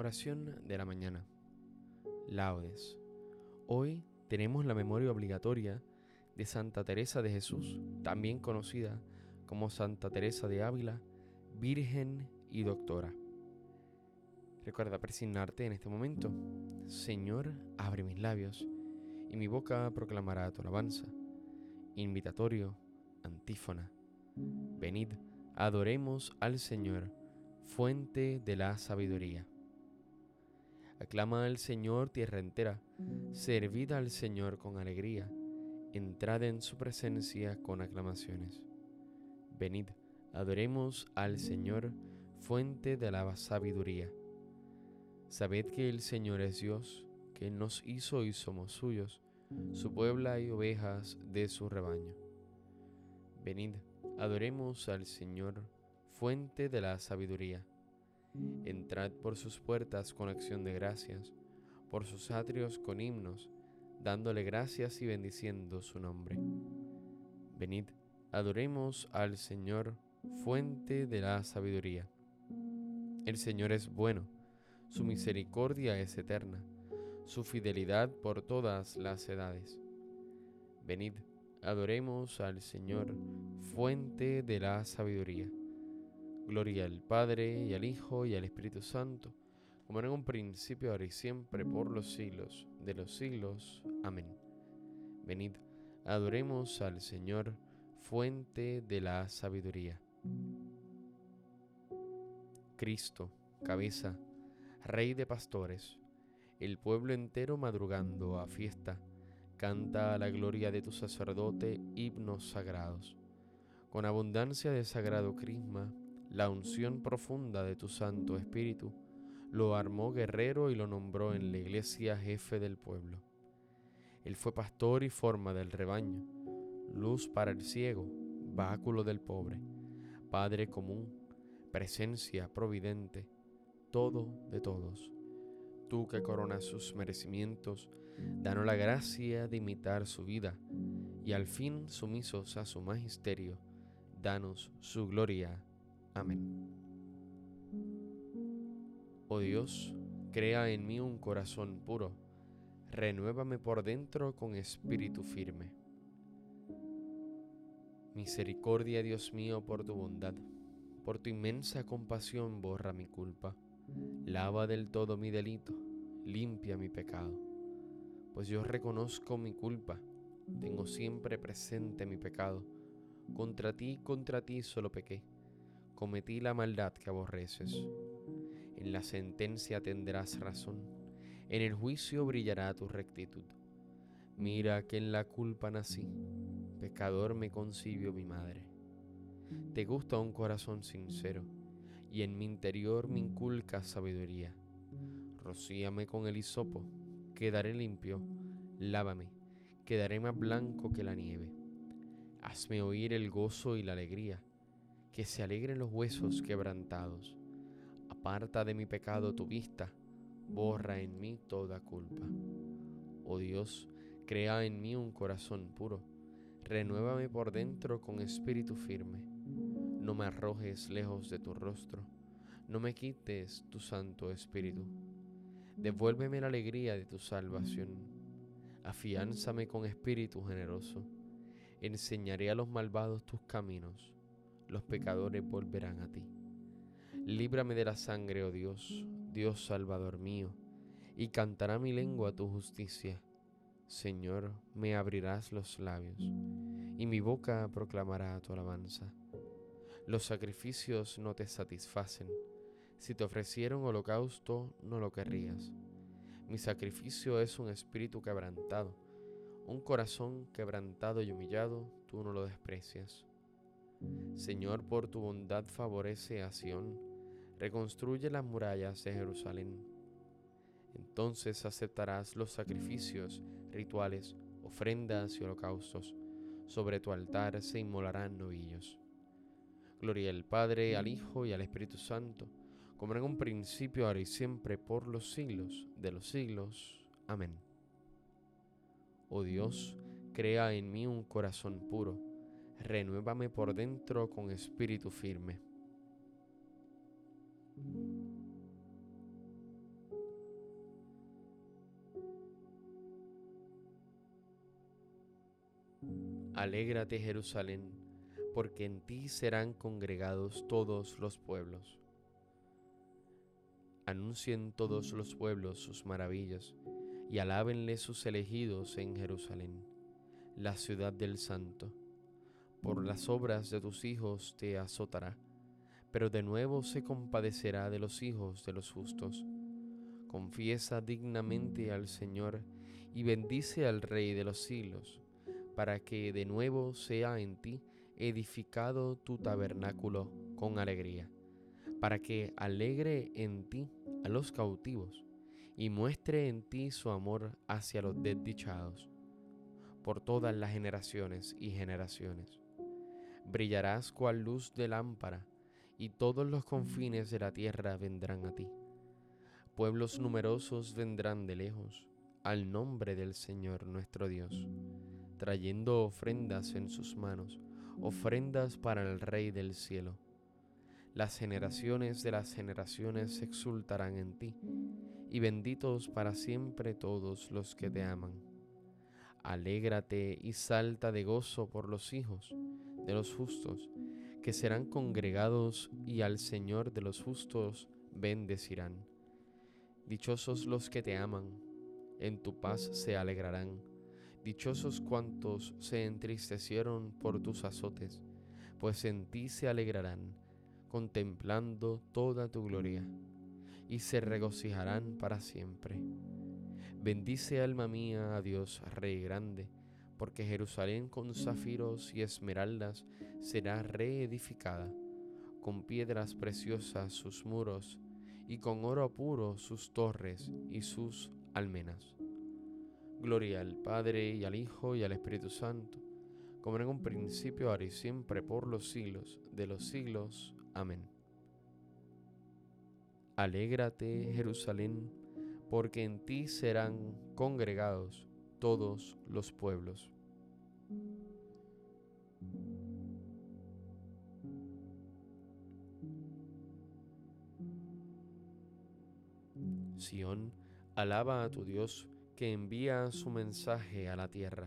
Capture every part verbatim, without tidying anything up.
Oración de la mañana. Laudes. Hoy tenemos la memoria obligatoria de Santa Teresa de Jesús, también conocida como Santa Teresa de Ávila, Virgen y Doctora. Recuerda persignarte en este momento. Señor, abre mis labios, y mi boca proclamará tu alabanza. Invitatorio, antífona. Venid, adoremos al Señor, fuente de la sabiduría. Aclama al Señor tierra entera, servid al Señor con alegría, entrad en su presencia con aclamaciones. Venid, adoremos al Señor, fuente de la sabiduría. Sabed que el Señor es Dios, que Él nos hizo y somos suyos, su puebla y ovejas de su rebaño. Venid, adoremos al Señor, fuente de la sabiduría. Entrad por sus puertas con acción de gracias, por sus atrios con himnos, dándole gracias y bendiciendo su nombre. Venid, adoremos al Señor, fuente de la sabiduría. El Señor es bueno, su misericordia es eterna, su fidelidad por todas las edades. Venid, adoremos al Señor, fuente de la sabiduría. Gloria al Padre, y al Hijo, y al Espíritu Santo, como era en un principio, ahora y siempre, por los siglos de los siglos. Amén. Venid, adoremos al Señor, fuente de la sabiduría. Cristo, cabeza, Rey de pastores, el pueblo entero madrugando a fiesta, canta a la gloria de tu sacerdote himnos sagrados. Con abundancia de sagrado crisma, la unción profunda de tu Santo Espíritu lo armó guerrero y lo nombró en la iglesia jefe del pueblo. Él fue pastor y forma del rebaño, luz para el ciego, báculo del pobre, Padre común, presencia providente, todo de todos. Tú que coronas sus merecimientos, danos la gracia de imitar su vida, y al fin, sumisos a su magisterio, danos su gloria. Amén. Oh Dios, crea en mí un corazón puro, renuévame por dentro con espíritu firme. Misericordia, Dios mío, por tu bondad, por tu inmensa compasión borra mi culpa, lava del todo mi delito, limpia mi pecado. Pues yo reconozco mi culpa, tengo siempre presente mi pecado, contra ti, contra ti solo pequé, cometí la maldad que aborreces. En la sentencia tendrás razón, en el juicio brillará tu rectitud. Mira que en la culpa nací, pecador me concibió mi madre. Te gusta un corazón sincero, y en mi interior me inculcas sabiduría. Rocíame con el hisopo, quedaré limpio, lávame, quedaré más blanco que la nieve. Hazme oír el gozo y la alegría, que se alegren los huesos quebrantados. Aparta de mi pecado tu vista, borra en mí toda culpa. Oh Dios, crea en mí un corazón puro, renuévame por dentro con espíritu firme. No me arrojes lejos de tu rostro, no me quites tu Santo Espíritu. Devuélveme la alegría de tu salvación, afiánzame con espíritu generoso. Enseñaré a los malvados tus caminos, los pecadores volverán a ti. Líbrame de la sangre, oh Dios, Dios Salvador mío, y cantará mi lengua tu justicia. Señor, me abrirás los labios, y mi boca proclamará tu alabanza. Los sacrificios no te satisfacen, si te ofrecieron holocausto no lo querrías. Mi sacrificio es un espíritu quebrantado, un corazón quebrantado y humillado, tú no lo desprecias. Señor, por tu bondad favorece a Sión, reconstruye las murallas de Jerusalén. Entonces aceptarás los sacrificios, rituales, ofrendas y holocaustos. Sobre tu altar se inmolarán novillos. Gloria al Padre, al Hijo y al Espíritu Santo, como en un principio, ahora y siempre, por los siglos de los siglos. Amén. Oh Dios, crea en mí un corazón puro, renuévame por dentro con espíritu firme. Alégrate, Jerusalén, porque en ti serán congregados todos los pueblos. Anuncien todos los pueblos sus maravillas, y alábenle sus elegidos en Jerusalén, la ciudad del Santo. Por las obras de tus hijos te azotará, pero de nuevo se compadecerá de los hijos de los justos. Confiesa dignamente al Señor y bendice al Rey de los siglos, para que de nuevo sea en ti edificado tu tabernáculo con alegría, para que alegre en ti a los cautivos y muestre en ti su amor hacia los desdichados, por todas las generaciones y generaciones. Brillarás cual luz de lámpara, y todos los confines de la tierra vendrán a ti. Pueblos numerosos vendrán de lejos al nombre del Señor nuestro Dios, trayendo ofrendas en sus manos, ofrendas para el Rey del cielo. Las generaciones de las generaciones se exultarán en ti, y benditos para siempre todos los que te aman. Alégrate y salta de gozo por los hijos de los justos, que serán congregados y al Señor de los justos bendecirán. Dichosos los que te aman, en tu paz se alegrarán. Dichosos cuantos se entristecieron por tus azotes, pues en ti se alegrarán, contemplando toda tu gloria, y se regocijarán para siempre. Bendice, alma mía, a Dios, Rey grande, porque Jerusalén con zafiros y esmeraldas será reedificada, con piedras preciosas sus muros, y con oro puro sus torres y sus almenas. Gloria al Padre, y al Hijo, y al Espíritu Santo, como en un principio, ahora y siempre, por los siglos de los siglos. Amén. Alégrate, Jerusalén, porque en ti serán congregados todos los pueblos. Sión, alaba a tu Dios, que envía su mensaje a la tierra.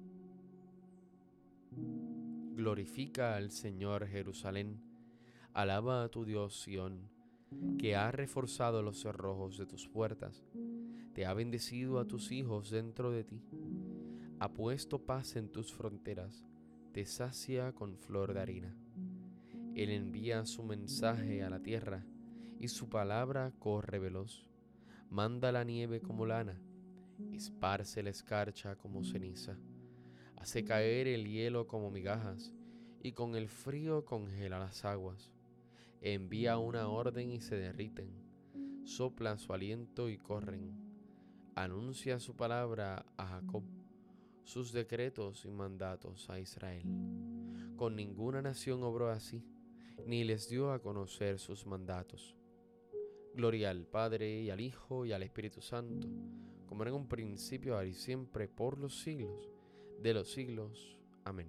Glorifica al Señor, Jerusalén. Alaba a tu Dios, Sión, que ha reforzado los cerrojos de tus puertas. Te ha bendecido a tus hijos dentro de ti. Ha puesto paz en tus fronteras. Te sacia con flor de harina. Él envía su mensaje a la tierra, y su palabra corre veloz. Manda la nieve como lana, esparce la escarcha como ceniza. Hace caer el hielo como migajas, y con el frío congela las aguas. Envía una orden y se derriten, sopla su aliento y corren. Anuncia su palabra a Jacob, sus decretos y mandatos a Israel. Con ninguna nación obró así, ni les dio a conocer sus mandatos. Gloria al Padre, y al Hijo, y al Espíritu Santo, como era en un principio, ahora y siempre, por los siglos de los siglos. Amén.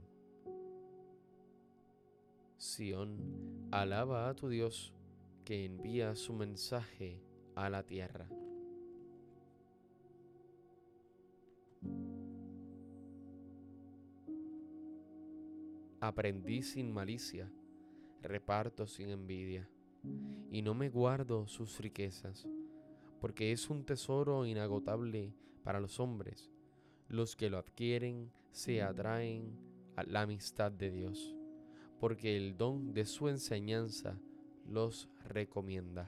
Sión, alaba a tu Dios, que envía su mensaje a la tierra. Aprendí sin malicia, reparto sin envidia, y no me guardo sus riquezas, porque es un tesoro inagotable para los hombres. Los que lo adquieren se atraen a la amistad de Dios, porque el don de su enseñanza los recomienda.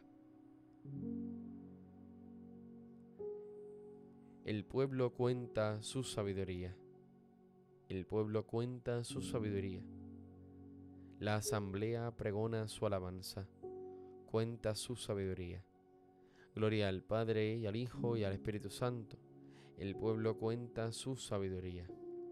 El pueblo cuenta su sabiduría. El pueblo cuenta su sabiduría. La asamblea pregona su alabanza, cuenta su sabiduría. Gloria al Padre, y al Hijo, y al Espíritu Santo. El pueblo cuenta su sabiduría.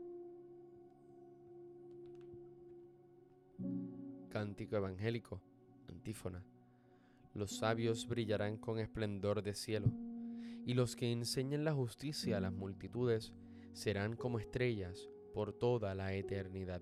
Cántico evangélico, antífona. Los sabios brillarán con esplendor de cielo, y los que enseñan la justicia a las multitudes serán como estrellas por toda la eternidad.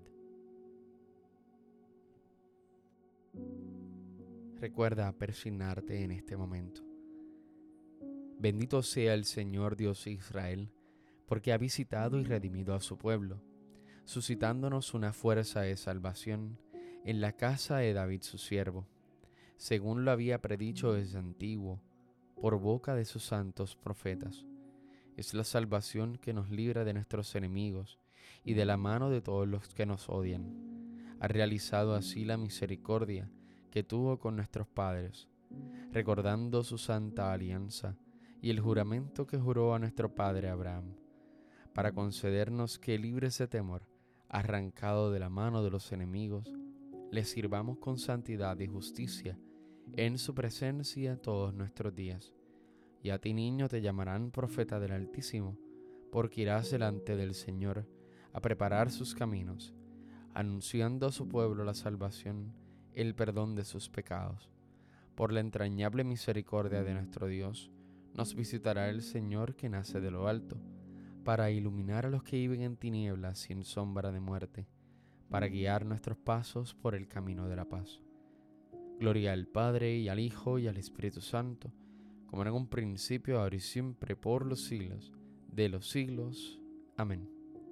Recuerda persignarte en este momento. Bendito sea el Señor Dios de Israel, porque ha visitado y redimido a su pueblo. suscitándonos una fuerza de salvación en la casa de David su siervo, según lo había predicho desde antiguo, por boca de sus santos profetas. Es la salvación que nos libra de nuestros enemigos y de la mano de todos los que nos odian. Ha realizado así la misericordia que tuvo con nuestros padres, recordando su santa alianza y el juramento que juró a nuestro padre Abraham, para concedernos que, libres de temor, arrancado de la mano de los enemigos, le sirvamos con santidad y justicia en su presencia todos nuestros días. Y a ti, niño, te llamarán profeta del Altísimo, porque irás delante del Señor a preparar sus caminos, anunciando a su pueblo la salvación, el perdón de sus pecados. Por la entrañable misericordia de nuestro Dios, nos visitará el Señor que nace de lo alto, para iluminar a los que viven en tinieblas y en sombra de muerte, para guiar nuestros pasos por el camino de la paz. Gloria al Padre, y al Hijo, y al Espíritu Santo, como era en un principio, ahora y siempre, por los siglos de los siglos. Amén.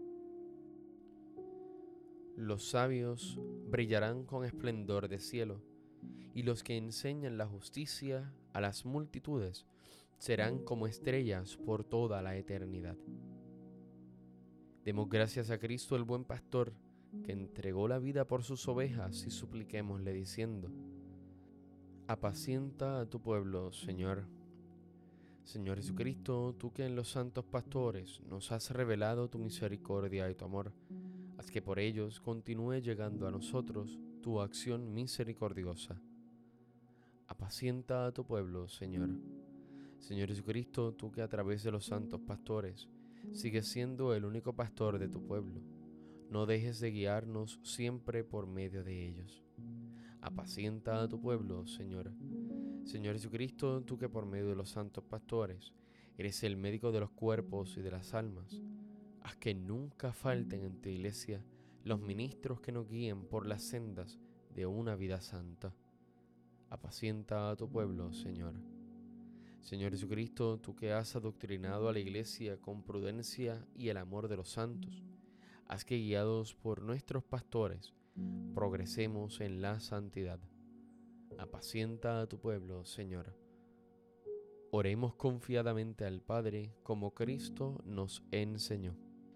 Los sabios brillarán con esplendor de cielo, y los que enseñan la justicia a las multitudes serán como estrellas por toda la eternidad. Demos gracias a Cristo, el buen pastor, que entregó la vida por sus ovejas, y supliquémosle diciendo: apacienta a tu pueblo, Señor. Señor Jesucristo, tú que en los santos pastores nos has revelado tu misericordia y tu amor, haz que por ellos continúe llegando a nosotros tu acción misericordiosa. Apacienta a tu pueblo, Señor. Señor Jesucristo, tú que a través de los santos pastores sigues siendo el único pastor de tu pueblo, no dejes de guiarnos siempre por medio de ellos. Apacienta a tu pueblo, Señor. Señor Jesucristo, tú que por medio de los santos pastores eres el médico de los cuerpos y de las almas, haz que nunca falten en tu iglesia los ministros que nos guíen por las sendas de una vida santa. Apacienta a tu pueblo, Señor. Señor Jesucristo, tú que has adoctrinado a la iglesia con prudencia y el amor de los santos, haz que, guiados por nuestros pastores, progresemos en la santidad. Apacienta a tu pueblo, Señor. Oremos confiadamente al Padre, como Cristo nos enseñó.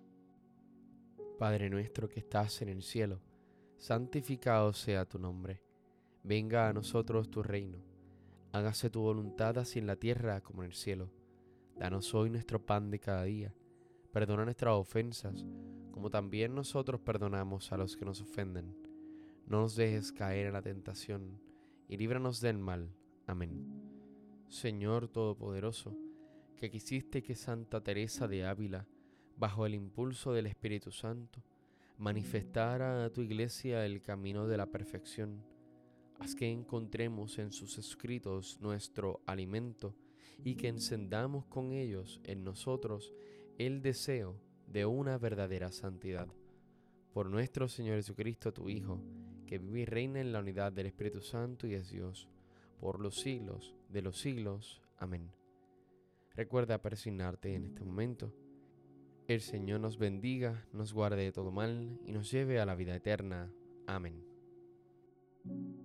Padre nuestro que estás en el cielo, santificado sea tu nombre. Venga a nosotros tu reino. Hágase tu voluntad, así en la tierra como en el cielo. Danos hoy nuestro pan de cada día. Perdona nuestras ofensas, como también nosotros perdonamos a los que nos ofenden. No nos dejes caer en la tentación, y líbranos del mal. Amén. Señor Todopoderoso, que quisiste que Santa Teresa de Ávila, bajo el impulso del Espíritu Santo, manifestara a tu iglesia el camino de la perfección, haz que encontremos en sus escritos nuestro alimento y que encendamos con ellos en nosotros el deseo de una verdadera santidad. Por nuestro Señor Jesucristo, tu Hijo, que vive y reina en la unidad del Espíritu Santo y es Dios, por los siglos de los siglos. Amén. Recuerda persignarte en este momento. El Señor nos bendiga, nos guarde de todo mal y nos lleve a la vida eterna. Amén.